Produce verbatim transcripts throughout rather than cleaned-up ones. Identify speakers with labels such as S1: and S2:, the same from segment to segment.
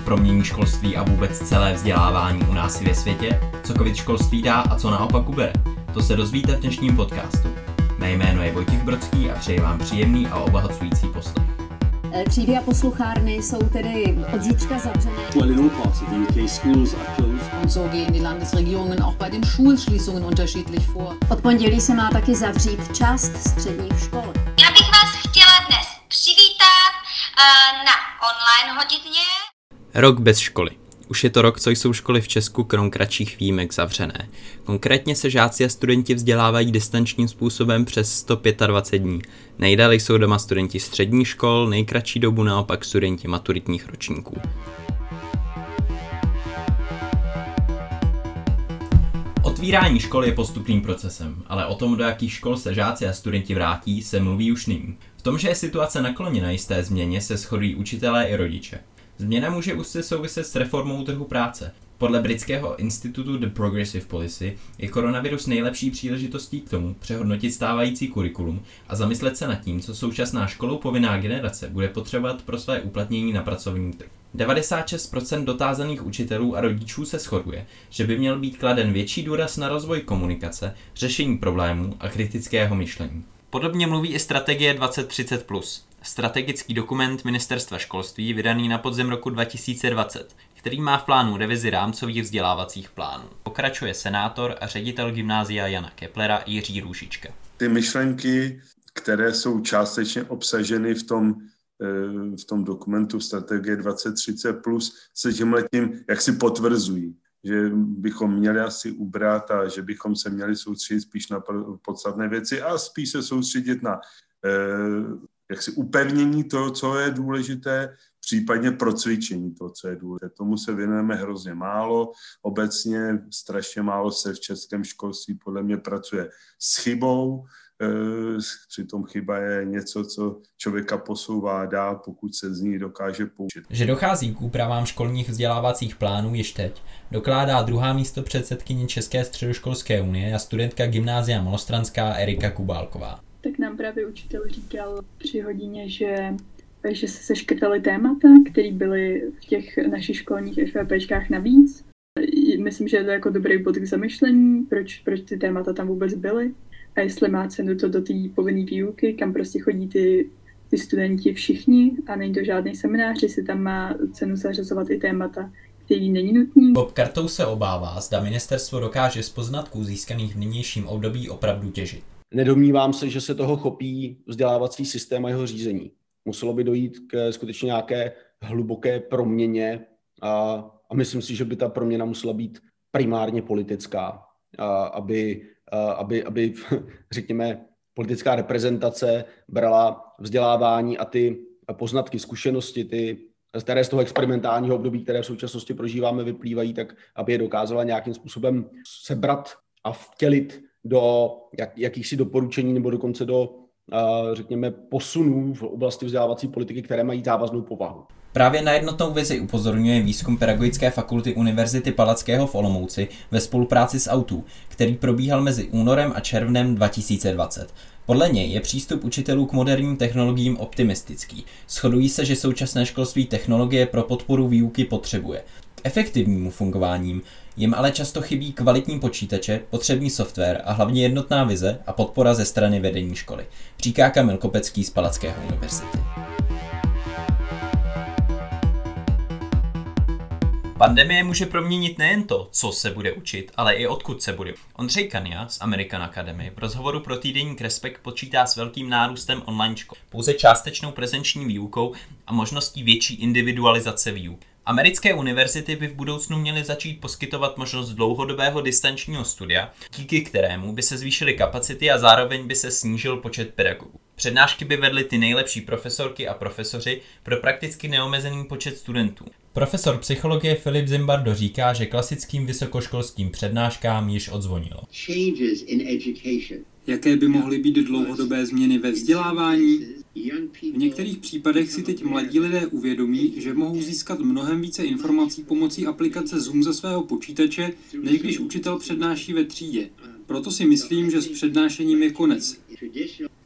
S1: promění školství a vůbec celé vzdělávání u nás i ve světě, co covid školství dá a co naopak ubere. To se dozvíte v dnešním podcastu. Mé jméno je Vojtěch Brodský a přeji vám příjemný a obohacující poslech.
S2: Třídy a posluchárny jsou tedy od zítřka zavřené.
S3: Well, in all parts of the U K, schools are closed.
S4: Und so gehen die Landesregierungen auch bei den Schulschließungen unterschiedlich vor.
S2: Od pondělí se má taky zavřít část středních škol.
S5: Já bych vás chtěla dnes přivítat uh, na online hodině.
S1: Rok bez školy. Už je to rok, co jsou školy v Česku krom kratších výjimek zavřené. Konkrétně se žáci a studenti vzdělávají distančním způsobem přes sto dvacet pět dní. Nejdéle jsou doma studenti středních škol, nejkratší dobu naopak studenti maturitních ročníků. Otvírání škol je postupným procesem, ale o tom, do jakých škol se žáci a studenti vrátí, se mluví už nyní. V tom, že je situace nakloněna jisté změně, se shodují učitelé i rodiče. Změna může úzce souviset s reformou trhu práce. Podle britského institutu The Progressive Policy je koronavirus nejlepší příležitostí k tomu přehodnotit stávající kurikulum a zamyslet se nad tím, co současná školou povinná generace bude potřebovat pro své uplatnění na pracovní trh. devadesát šest procent dotázaných učitelů a rodičů se shoduje, že by měl být kladen větší důraz na rozvoj komunikace, řešení problémů a kritického myšlení. Podobně mluví i strategie dvacet třicet plus, strategický dokument Ministerstva školství vydaný na podzim roku dva tisíce dvacet, který má v plánu revizi rámcových vzdělávacích plánů. Pokračuje senátor a ředitel gymnázia Jana Keplera Jiří Růžička.
S6: Ty myšlenky, které jsou částečně obsaženy v tom, v tom dokumentu strategie dvacet třicet plus, se tímhletím jaksi potvrzují, že bychom měli asi ubrat a že bychom se měli soustředit spíš na podstatné věci a spíš se soustředit na jaksi upevnění toho, co je důležité, případně procvičení toho, co je důležité. Tomu se věnujeme hrozně málo. Obecně strašně málo se v českém školství podle mě pracuje s chybou. Přitom chyba je něco, co člověka posouvá dál, pokud se z ní dokáže poučit.
S1: Že dochází k úpravám školních vzdělávacích plánů již teď, dokládá druhá místopředsedkyně České středoškolské unie a studentka gymnázia Malostranská Erika Kubálková.
S7: Tak nám právě učitel říkal při hodině, že, že se seškrtaly témata, které byly v těch našich školních FVPčkách navíc. Myslím, že je to jako dobrý bod k zamyšlení, proč, proč ty témata tam vůbec byly a jestli má cenu to do té povinné výuky, kam prostě chodí ty, ty studenti všichni a není to žádný seminář, jestli tam má cenu zařazovat i témata, který není nutný.
S1: Bob Kartou se obává, zda ministerstvo dokáže z poznatků získaných v nynějším období opravdu těžit.
S3: Nedomnívám se, že se toho chopí vzdělávací systém a jeho řízení. Muselo by dojít k skutečně nějaké hluboké proměně a, a myslím si, že by ta proměna musela být primárně politická, a, aby, a, aby, aby, řekněme, politická reprezentace brala vzdělávání a ty poznatky, zkušenosti, ty, které z toho experimentálního období, které v současnosti prožíváme, vyplývají, tak aby je dokázala nějakým způsobem sebrat a vtělit do jak, jakýchsi doporučení nebo dokonce do, uh, řekněme, posunů v oblasti vzdělávací politiky, které mají závaznou povahu.
S1: Právě na jednotnou vizi upozorňuje výzkum Pedagogické fakulty Univerzity Palackého v Olomouci ve spolupráci s Autu, který probíhal mezi únorem a červnem dva tisíce dvacet. Podle něj je přístup učitelů k moderním technologiím optimistický. Shodují se, že současné školství technologie pro podporu výuky potřebuje. K efektivnímu fungováním jim ale často chybí kvalitní počítače, potřebný software a hlavně jednotná vize a podpora ze strany vedení školy, říká Kamil Kopecký z Palackého univerzity. Pandemie může proměnit nejen to, co se bude učit, ale i odkud se bude. Ondřej Kania z American Academy v rozhovoru pro týdeník Respekt počítá s velkým nárůstem online škol, pouze částečnou prezenční výukou a možností větší individualizace výuky. Americké univerzity by v budoucnu měly začít poskytovat možnost dlouhodobého distančního studia, díky kterému by se zvýšily kapacity a zároveň by se snížil počet pedagogů. Přednášky by vedly ty nejlepší profesorky a profesoři pro prakticky neomezený počet studentů. Profesor psychologie Filip Zimbardo říká, že klasickým vysokoškolským přednáškám již odzvonilo.
S8: Jaké by mohly být dlouhodobé změny ve vzdělávání? V některých případech si teď mladí lidé uvědomí, že mohou získat mnohem více informací pomocí aplikace Zoom ze svého počítače, než když učitel přednáší ve třídě. Proto si myslím, že s přednášením je konec.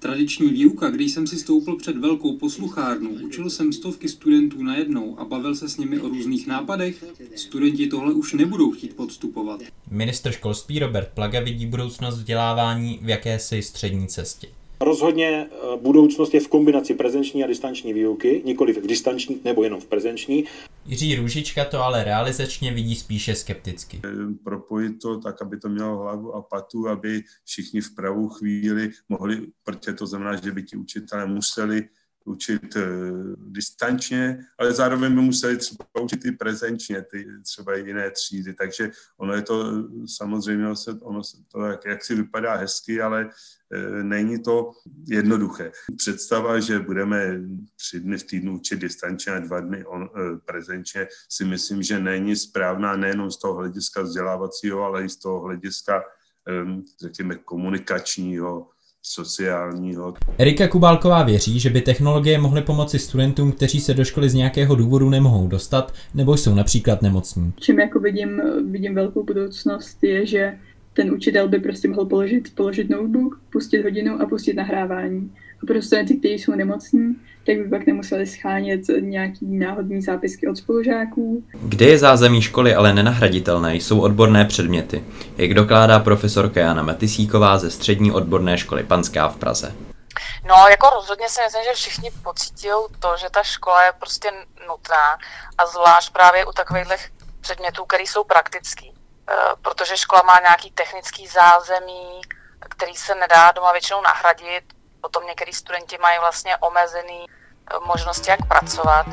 S8: Tradiční výuka, když jsem si stoupil před velkou posluchárnu, učil jsem stovky studentů najednou a bavil se s nimi o různých nápadech, studenti tohle už nebudou chtít podstupovat.
S1: Ministr školství Robert Plaga vidí budoucnost vzdělávání v jakési střední cestě.
S9: Rozhodně budoucnost je v kombinaci prezenční a distanční výuky, nikoli v distanční nebo jenom v prezenční.
S1: Jiří Růžička to ale realizačně vidí spíše skepticky.
S6: Propojit to tak, aby to mělo hlavu a patu, aby všichni v pravou chvíli mohli, protože to znamená, že by ti učitelé museli učit uh, distančně, ale zároveň by museli třeba učit i prezenčně, ty třeba jiné třídy, takže ono je to samozřejmě, ono, se, ono se to jak, jak si vypadá hezky, ale uh, není to jednoduché. Představa, že budeme tři dny v týdnu učit distančně a dva dny on, uh, prezenčně, si myslím, že není správná nejenom z toho hlediska vzdělávacího, ale i z toho hlediska, um, řekněme, komunikačního, sociálního.
S1: Erika Kubálková věří, že by technologie mohly pomoci studentům, kteří se do školy z nějakého důvodu nemohou dostat, nebo jsou například nemocní.
S7: Čím jako vidím, vidím velkou budoucnost je, že ten učitel by prostě mohl položit, položit notebook, pustit hodinu a pustit nahrávání. A pro studenty, kteří jsou nemocní, tak by pak nemuseli schánět nějaký náhodný zápisky od spolužáků.
S1: Kde je zázemí školy ale nenahraditelné, jsou odborné předměty, jak dokládá profesorka Jana Matysíková ze střední odborné školy Panská v Praze.
S10: No, jako rozhodně si myslím, že všichni pocítí to, že ta škola je prostě nutná a zvlášť právě u takových předmětů, které jsou praktický. E, protože škola má nějaký technický zázemí, který se nedá doma většinou nahradit. Potom některý studenti mají vlastně omezený možnosti, jak pracovat.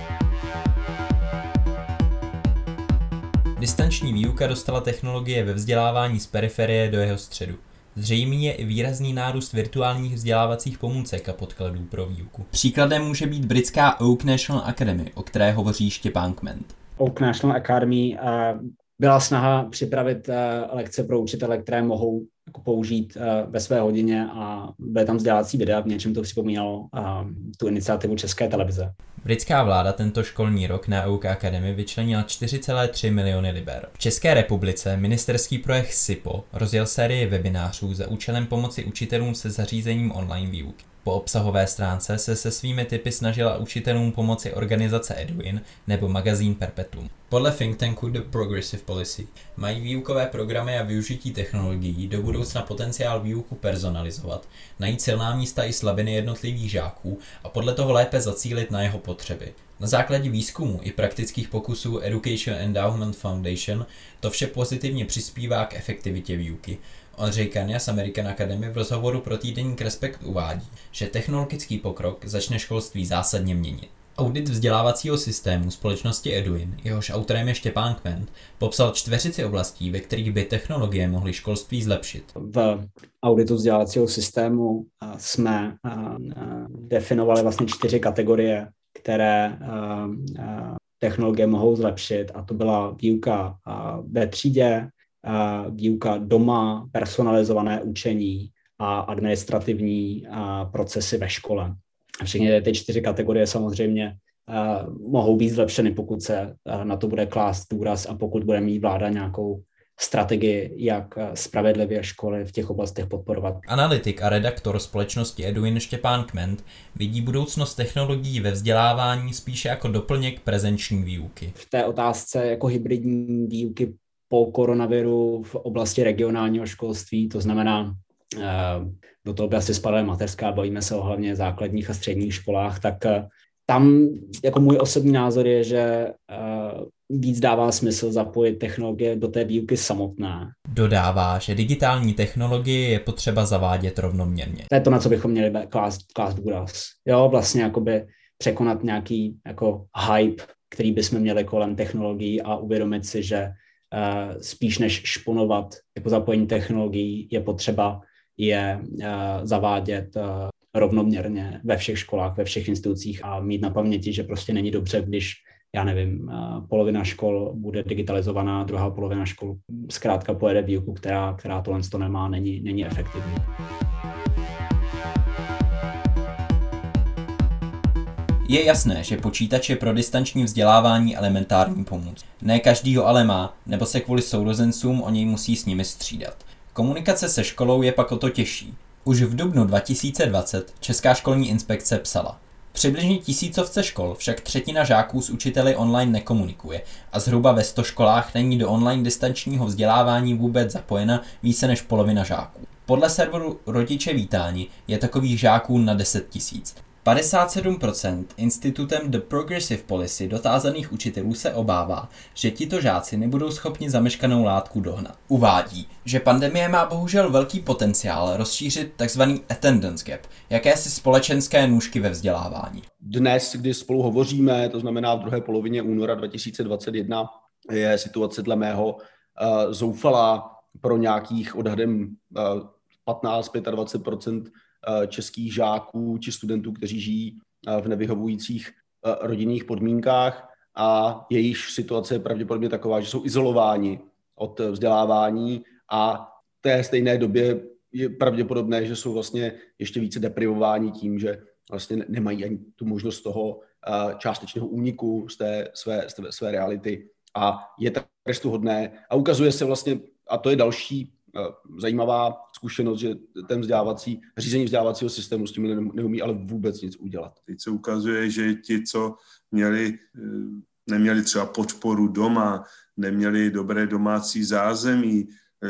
S1: Distanční výuka dostala technologie ve vzdělávání z periferie do jeho středu. Zřejmý je i výrazný nárůst virtuálních vzdělávacích pomůcek a podkladů pro výuku. Příkladem může být britská Oak National Academy, o které hovoří Štěpán Kment.
S11: Oak National Academy byla snaha připravit lekce pro učitele, které mohou jako použít uh, ve své hodině a byly tam vzdělávací videa, v něčem to připomínalo uh, tu iniciativu České televize.
S1: Britská vláda tento školní rok na Oak Academy vyčlenila čtyři celé tři miliony liber. V České republice ministerský projekt SIPO rozjel sérii webinářů za účelem pomoci učitelům se zařízením online výuky. Po obsahové stránce se se svými tipy snažila učitelům pomoci organizace Edwin nebo magazín Perpetuum. Podle think tanku The Progressive Policy mají výukové programy a využití technologií do budoucna potenciál výuku personalizovat, najít silná místa i slabiny jednotlivých žáků a podle toho lépe zacílit na jeho potřeby. Na základě výzkumu i praktických pokusů Education Endowment Foundation to vše pozitivně přispívá k efektivitě výuky. Ondřej Kania z American Academy v rozhovoru pro týdeník Respekt uvádí, že technologický pokrok začne školství zásadně měnit. Audit vzdělávacího systému společnosti Edwin, jehož autorem je Štěpán Kment, popsal čtveřici oblastí, ve kterých by technologie mohly školství zlepšit.
S11: V auditu vzdělávacího systému jsme definovali vlastně čtyři kategorie, které technologie mohou zlepšit, a to byla výuka ve třídě, výuka doma, personalizované učení a administrativní procesy ve škole. Všechny ty čtyři kategorie samozřejmě mohou být zlepšeny, pokud se na to bude klást důraz a pokud bude mít vláda nějakou strategii, jak spravedlivě školy v těch oblastech podporovat.
S1: Analytik a redaktor společnosti Edwin Štěpán Kment vidí budoucnost technologií ve vzdělávání spíše jako doplněk prezenční výuky.
S11: V té otázce jako hybridní výuky po koronaviru v oblasti regionálního školství, to znamená, do toho by asi spadala mateřská, bavíme se o hlavně základních a středních školách, tak tam jako můj osobní názor je, že víc dává smysl zapojit technologie do té výuky samotné.
S1: Dodává, že digitální technologie je potřeba zavádět rovnoměrně.
S11: To je to, na co bychom měli klást, klást důraz. Jo, vlastně jakoby překonat nějaký jako hype, který bychom měli kolem technologií a uvědomit si, že uh, spíš než šponovat jako zapojení technologií je potřeba je uh, zavádět uh, rovnoměrně ve všech školách, ve všech institucích a mít na paměti, že prostě není dobře, když, já nevím, polovina škol bude digitalizovaná, druhá polovina škol zkrátka pojede výuku, která, která tohle to nemá, není, není efektivní.
S1: Je jasné, že počítač je pro distanční vzdělávání elementární pomůc. Ne každý ho ale má, nebo se kvůli sourozencům o něj musí s nimi střídat. Komunikace se školou je pak o to těžší. Už v dubnu dva tisíce dvacet Česká školní inspekce psala: přibližně tisícovce škol však třetina žáků s učiteli online nekomunikuje a zhruba ve sto školách není do online distančního vzdělávání vůbec zapojena více než polovina žáků. Podle serveru Rodiče vítáni je takových žáků na deset tisíc. padesát sedm procent institutem The Progressive Policy dotázaných učitelů se obává, že tito žáci nebudou schopni zameškanou látku dohnat. Uvádí, že pandemie má bohužel velký potenciál rozšířit tzv. Attendance gap, jakési společenské nůžky ve vzdělávání.
S3: Dnes, kdy spolu hovoříme, to znamená v druhé polovině února dva tisíce dvacet jedna, je situace dle mého uh, zoufalá pro nějakých odhadem uh, patnáct až dvacet pět procent českých žáků či studentů, kteří žijí v nevyhovujících rodinných podmínkách a jejich situace je pravděpodobně taková, že jsou izolováni od vzdělávání a v té stejné době je pravděpodobné, že jsou vlastně ještě více deprivováni tím, že vlastně nemají ani tu možnost toho částečného úniku z té své, z té své reality a je trestuhodné a ukazuje se vlastně, a to je další zajímavá zkušenost, že ten vzdělávací, řízení vzdělávacího systému s tím neumí ale vůbec nic udělat. Teď
S6: se ukazuje, že ti, co měli, neměli třeba podporu doma, neměli dobré domácí zázemí,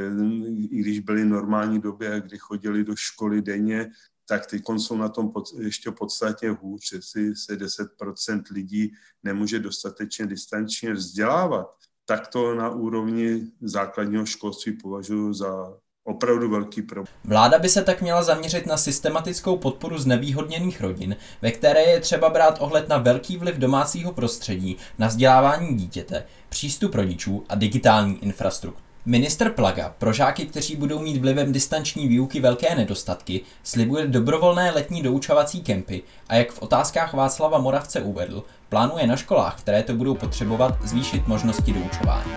S6: i když byly normální době, kdy chodili do školy denně, tak teď jsou na tom pod, ještě podstatně hůř, jestli se deset procent lidí nemůže dostatečně distančně vzdělávat. Tak to na úrovni základního školství považuji za opravdu velký problém.
S1: Vláda by se tak měla zaměřit na systematickou podporu znevýhodněných rodin, ve které je třeba brát ohled na velký vliv domácího prostředí na vzdělávání dítěte, přístup rodičů a digitální infrastrukturu. Ministr Plaga pro žáky, kteří budou mít vlivem distanční výuky velké nedostatky, slibuje dobrovolné letní doučovací kempy a jak v otázkách Václava Moravce uvedl, plánuje na školách, které to budou potřebovat, zvýšit možnosti doučování.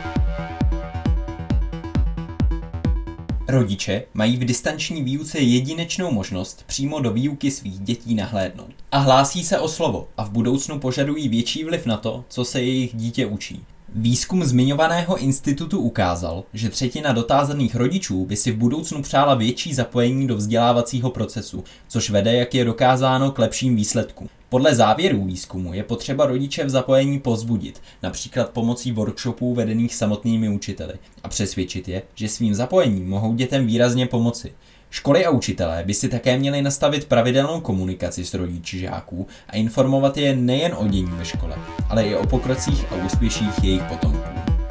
S1: Rodiče mají v distanční výuce jedinečnou možnost přímo do výuky svých dětí nahlédnout. A hlásí se o slovo a v budoucnu požadují větší vliv na to, co se jejich dítě učí. Výzkum zmiňovaného institutu ukázal, že třetina dotázaných rodičů by si v budoucnu přála větší zapojení do vzdělávacího procesu, což vede, jak je dokázáno, k lepším výsledkům. Podle závěrů výzkumu je potřeba rodiče v zapojení povzbudit, například pomocí workshopů vedených samotnými učiteli, a přesvědčit je, že svým zapojením mohou dětem výrazně pomoci. Školy a učitelé by si také měli nastavit pravidelnou komunikaci s rodiči žáků a informovat je nejen o dění ve škole, ale i o pokrocích a úspěších jejich potomků.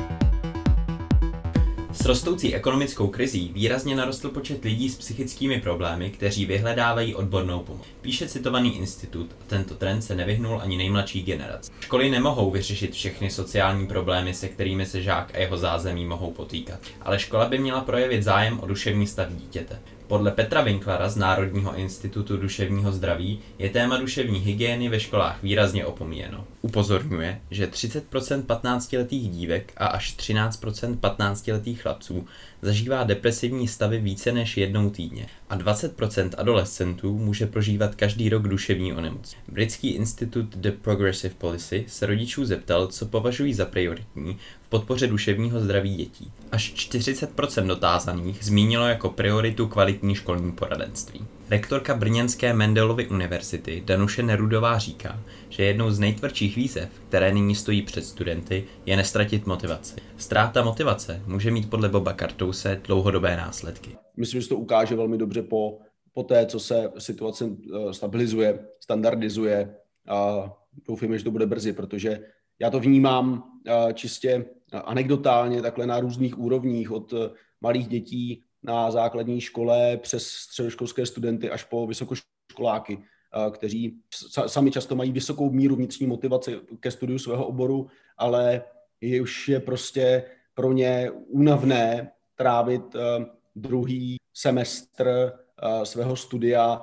S1: S rostoucí ekonomickou krizí výrazně narostl počet lidí s psychickými problémy, kteří vyhledávají odbornou pomoc. Píše citovaný institut a tento trend se nevyhnul ani nejmladší generaci. Školy nemohou vyřešit všechny sociální problémy, se kterými se žák a jeho zázemí mohou potýkat, ale škola by měla projevit zájem o duševní stav dítěte. Podle Petra Winklera z Národního institutu duševního zdraví je téma duševní hygieny ve školách výrazně opomíjeno. Upozorňuje, že třicet procent patnáctiletých dívek a až třináct procent patnáctiletých chlapců zažívá depresivní stavy více než jednou týdně a dvacet procent adolescentů může prožívat každý rok duševní onemocnění. Britský institut The Progressive Policy se rodičů zeptal, co považují za prioritní v podpoře duševního zdraví dětí. Až čtyřicet procent dotázaných zmínilo jako prioritu kvalitní školní poradenství. Rektorka brněnské Mendelovy univerzity Danuše Nerudová říká, že jednou z nejtvrdších výzev, které nyní stojí před studenty, je nestratit motivaci. Ztráta motivace může mít podle Boba Kartouse dlouhodobé následky.
S3: Myslím, že to ukáže velmi dobře po, po té, co se situace stabilizuje, standardizuje a doufujeme, že to bude brzy, protože já to vnímám čistě anekdotálně takhle na různých úrovních od malých dětí na základní škole přes středoškolské studenty až po vysokoškoláky, kteří sami často mají vysokou míru vnitřní motivace ke studiu svého oboru, ale je už je prostě pro ně únavné trávit druhý semestr svého studia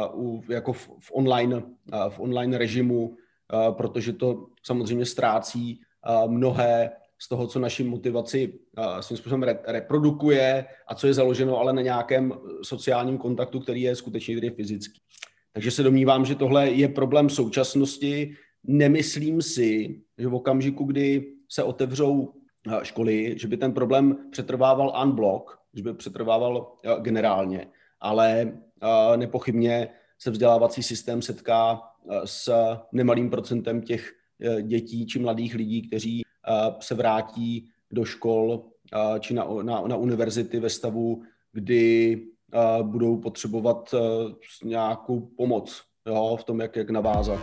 S3: jako v online, v online režimu, protože to samozřejmě ztrácí mnohé z toho, co naši motivaci svým způsobem re- reprodukuje a co je založeno ale na nějakém sociálním kontaktu, který je skutečně tedy fyzický. Takže se domnívám, že tohle je problém současnosti. Nemyslím si, že v okamžiku, kdy se otevřou školy, že by ten problém přetrvával en bloc, že by přetrvával generálně, ale nepochybně se vzdělávací systém setká s nemalým procentem těch dětí či mladých lidí, kteří se vrátí do škol či na, na, na univerzity ve stavu, kdy budou potřebovat nějakou pomoc, jo, v tom, jak, jak navázat.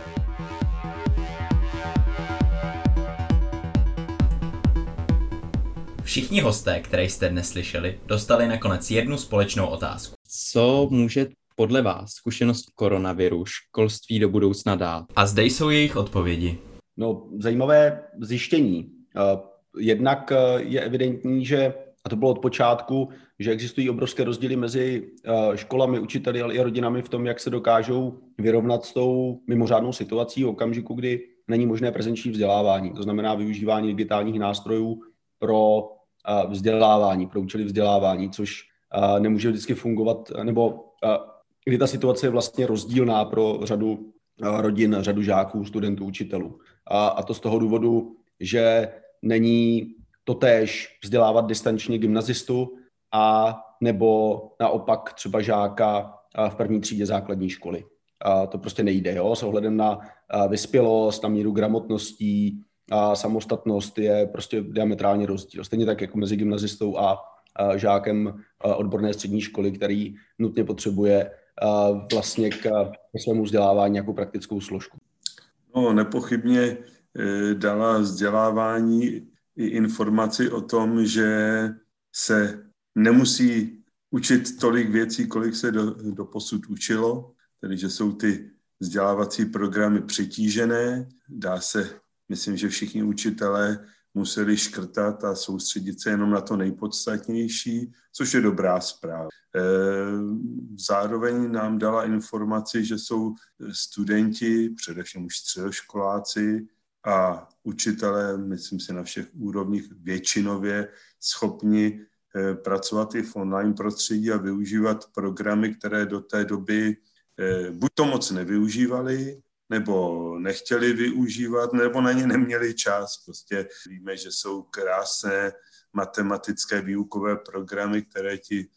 S1: Všichni hosté, které jste dnes slyšeli, dostali nakonec jednu společnou otázku. Co může podle vás zkušenost koronaviru školství do budoucna dát? A zde jsou jejich odpovědi.
S3: No, zajímavé zjištění. Jednak je evidentní, že, a to bylo od počátku, že existují obrovské rozdíly mezi školami, učiteli, ale i rodinami v tom, jak se dokážou vyrovnat s tou mimořádnou situací v okamžiku, kdy není možné prezenční vzdělávání. To znamená využívání digitálních nástrojů pro vzdělávání, pro účely vzdělávání, což nemůže vždycky fungovat, nebo kdy ta situace je vlastně rozdílná pro řadu rodin, řadu žáků, studentů, učitelů. A, a to z toho důvodu, že není totéž vzdělávat distančně gymnazistu a nebo naopak třeba žáka v první třídě základní školy. A to prostě nejde, jo? S ohledem na vyspělost, na míru gramotností a samostatnost je prostě diametrálně rozdíl. Stejně tak jako mezi gymnazistou a žákem odborné střední školy, který nutně potřebuje vlastně k svému vzdělávání nějakou praktickou složku.
S6: No, nepochybně dala vzdělávání i informaci o tom, že se nemusí učit tolik věcí, kolik se do, doposud učilo, tedy že jsou ty vzdělávací programy přetížené. Dá se, myslím, že všichni učitelé museli škrtat a soustředit se jenom na to nejpodstatnější, což je dobrá zpráva. Zároveň nám dala informaci, že jsou studenti, především už středoškoláci a učitelé, myslím si na všech úrovních většinově, schopni pracovat i v online prostředí a využívat programy, které do té doby buď to moc nevyužívali, nebo nechtěli využívat, nebo na ně neměli čas. Prostě víme, že jsou krásné matematické výukové programy, které ti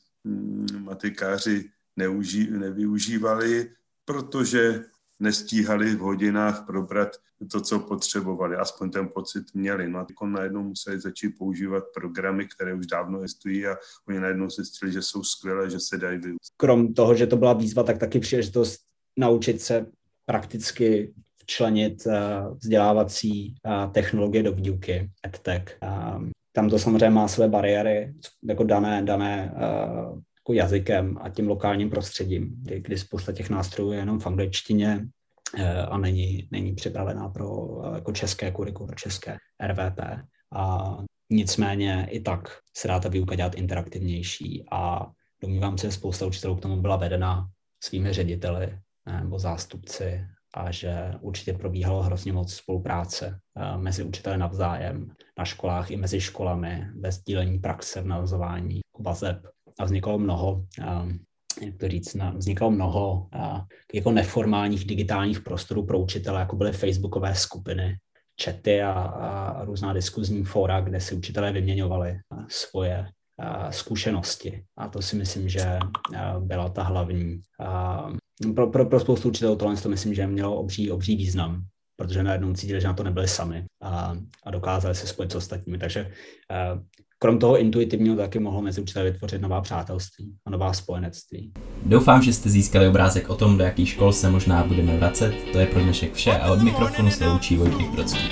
S6: matikáři neuží, nevyužívali, protože nestíhali v hodinách probrat to, co potřebovali. Aspoň ten pocit měli. No a teď najednou museli začít používat programy, které už dávno existují a oni najednou zjistili, že jsou skvělé, že se dají využít.
S11: Krom toho, že to byla výzva, tak taky příležitost naučit se prakticky včlenit vzdělávací technologie do výuky, edtech. Tam to samozřejmě má své bariéry, jako dané, dané jako jazykem a tím lokálním prostředím, kdy, kdy spousta těch nástrojů je jenom v angličtině a není, není připravená pro jako české kuriku, pro české R V P. A nicméně i tak se dá ta výuka dělat interaktivnější a domnívám se, že spousta učitelů k tomu byla vedena svými řediteli nebo zástupci a že určitě probíhalo hrozně moc spolupráce mezi učiteli navzájem na školách i mezi školami ve sdílení praxe, v navazování vazeb. A vznikalo mnoho, jak to říct, vznikalo mnoho jako neformálních digitálních prostorů pro učitele, jako byly facebookové skupiny, chaty a, a různá diskuzní fóra, kde si učitelé vyměňovali svoje zkušenosti. A to si myslím, že byla ta hlavní. Pro, pro, pro spoustu učitelů tohle to myslím, že mělo obří, obří význam, protože najednou cítili, že na to nebyli sami a, a dokázali se spojit s ostatními. Takže krom toho intuitivního taky mohlo mezi učiteli vytvořit nová přátelství a nová spojenectví.
S1: Doufám, že jste získali obrázek o tom, do jakých škol se možná budeme vracet. To je pro dnešek vše a od mikrofonu se loučí Vojtěch Brodský.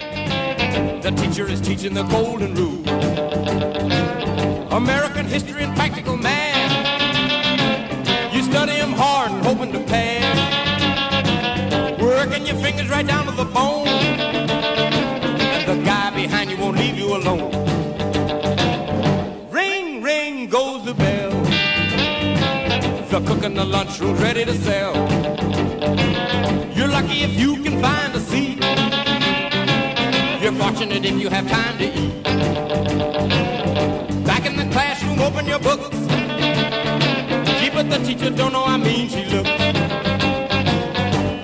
S1: The teacher is teaching the golden rule. American history and practical math. You study them hard and hoping to pass. Working your fingers right down to the bone. And the guy behind you won't leave you alone. Ring, ring goes the bell. The cook in the lunchroom's ready to sell. You're lucky if you can find a seat. You're fortunate if you have time to eat. Back in the classroom, open your books. Gee, but the teacher don't know how mean she looks.